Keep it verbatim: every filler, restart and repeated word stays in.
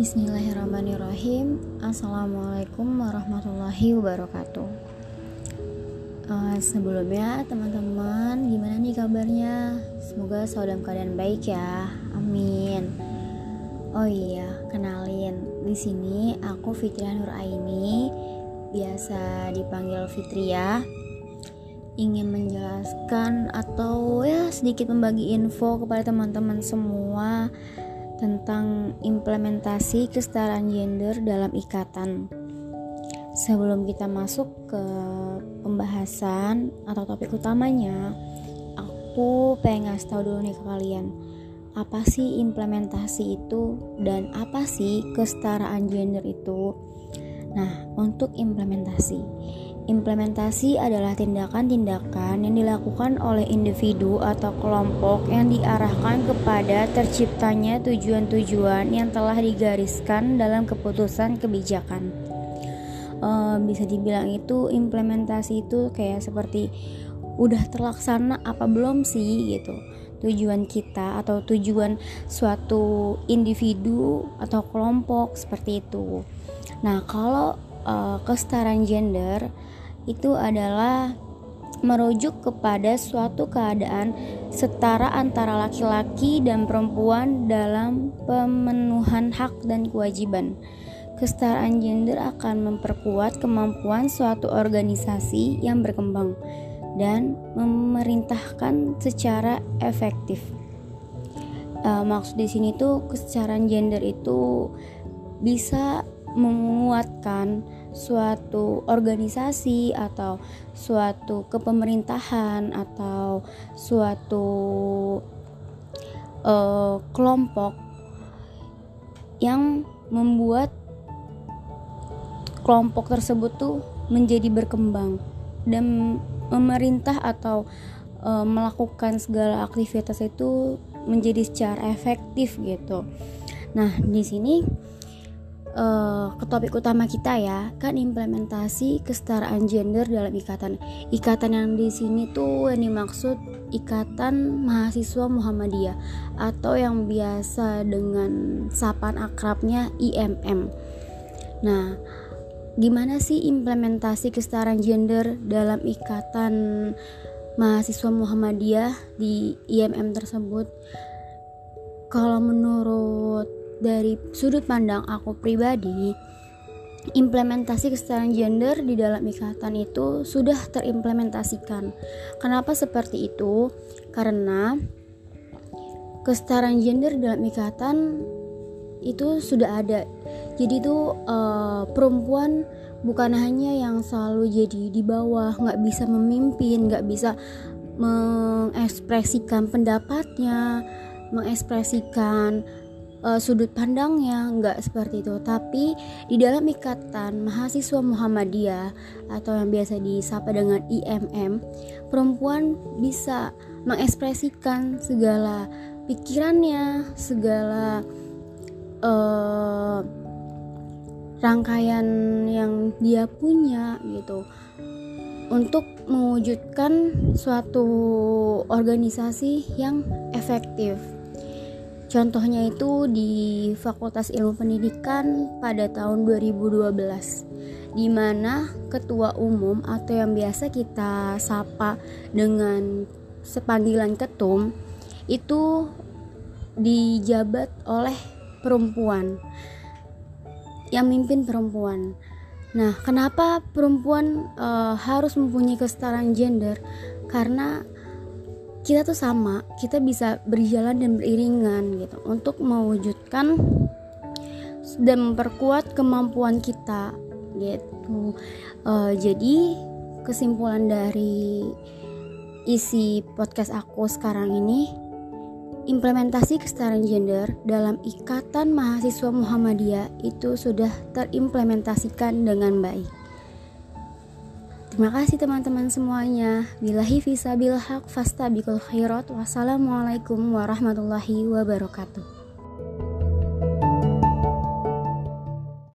Bismillahirrahmanirrahim. Assalamualaikum warahmatullahi wabarakatuh. uh, Sebelumnya teman-teman, gimana nih kabarnya? Semoga selalu dalam keadaan baik ya. Amin. Oh iya, kenalin, di sini aku Fitriah Nuraini, biasa dipanggil Fitria. Ingin menjelaskan atau ya sedikit membagi info kepada teman-teman semua tentang implementasi kesetaraan gender dalam ikatan. Sebelum kita masuk ke pembahasan atau topik utamanya, aku pengen ngasih tahu dulu nih ke kalian, apa sih implementasi itu dan apa sih kesetaraan gender itu. Nah, untuk implementasi Implementasi adalah tindakan-tindakan yang dilakukan oleh individu atau kelompok yang diarahkan kepada terciptanya tujuan-tujuan yang telah digariskan dalam keputusan kebijakan. E, bisa dibilang itu implementasi itu kayak seperti udah terlaksana apa belum sih gitu tujuan kita atau tujuan suatu individu atau kelompok seperti itu. Nah, kalau e, kesetaraan gender itu adalah merujuk kepada suatu keadaan setara antara laki-laki dan perempuan dalam pemenuhan hak dan kewajiban. Kesetaraan gender akan memperkuat kemampuan suatu organisasi yang berkembang dan memerintahkan secara efektif. E, maksud di sini tuh kesetaraan gender itu bisa menguatkan suatu organisasi atau suatu kepemerintahan atau suatu uh, kelompok yang membuat kelompok tersebut tuh menjadi berkembang dan memerintah atau uh, melakukan segala aktivitas itu menjadi secara efektif gitu. Nah, di sini Uh, ke topik utama kita ya, kan implementasi kesetaraan gender dalam ikatan. Ikatan yang di sini tuh yang dimaksud Ikatan Mahasiswa Muhammadiyah atau yang biasa dengan sapaan akrabnya I M M. Nah, gimana sih implementasi kesetaraan gender dalam Ikatan Mahasiswa Muhammadiyah di I M M tersebut? Kalau menurut dari sudut pandang aku pribadi, implementasi kesetaraan gender di dalam ikatan itu sudah terimplementasikan. Kenapa seperti itu? Karena kesetaraan gender dalam ikatan itu sudah ada. Jadi itu uh, perempuan bukan hanya yang selalu jadi di bawah, nggak bisa memimpin, nggak bisa mengekspresikan pendapatnya, mengekspresikan Uh, sudut pandangnya, enggak seperti itu. Tapi di dalam Ikatan Mahasiswa Muhammadiyah atau yang biasa disapa dengan I M M, perempuan bisa mengekspresikan segala pikirannya, segala uh, rangkaian yang dia punya gitu, untuk mewujudkan suatu organisasi yang efektif. Contohnya itu di Fakultas Ilmu Pendidikan pada tahun dua ribu dua belas, di mana ketua umum atau yang biasa kita sapa dengan sepanggilan ketum itu dijabat oleh perempuan, yang mimpin perempuan. Nah, kenapa perempuan e, harus mempunyai kesetaraan gender? Karena kita tuh sama, kita bisa berjalan dan beriringan gitu untuk mewujudkan dan memperkuat kemampuan kita gitu. Uh, jadi kesimpulan dari isi podcast aku sekarang ini, implementasi kesetaraan gender dalam Ikatan Mahasiswa Muhammadiyah itu sudah terimplementasikan dengan baik. Terima kasih teman-teman semuanya. Billahi fisabil haq fastabiqul khairat. Wassalamualaikum warahmatullahi wabarakatuh.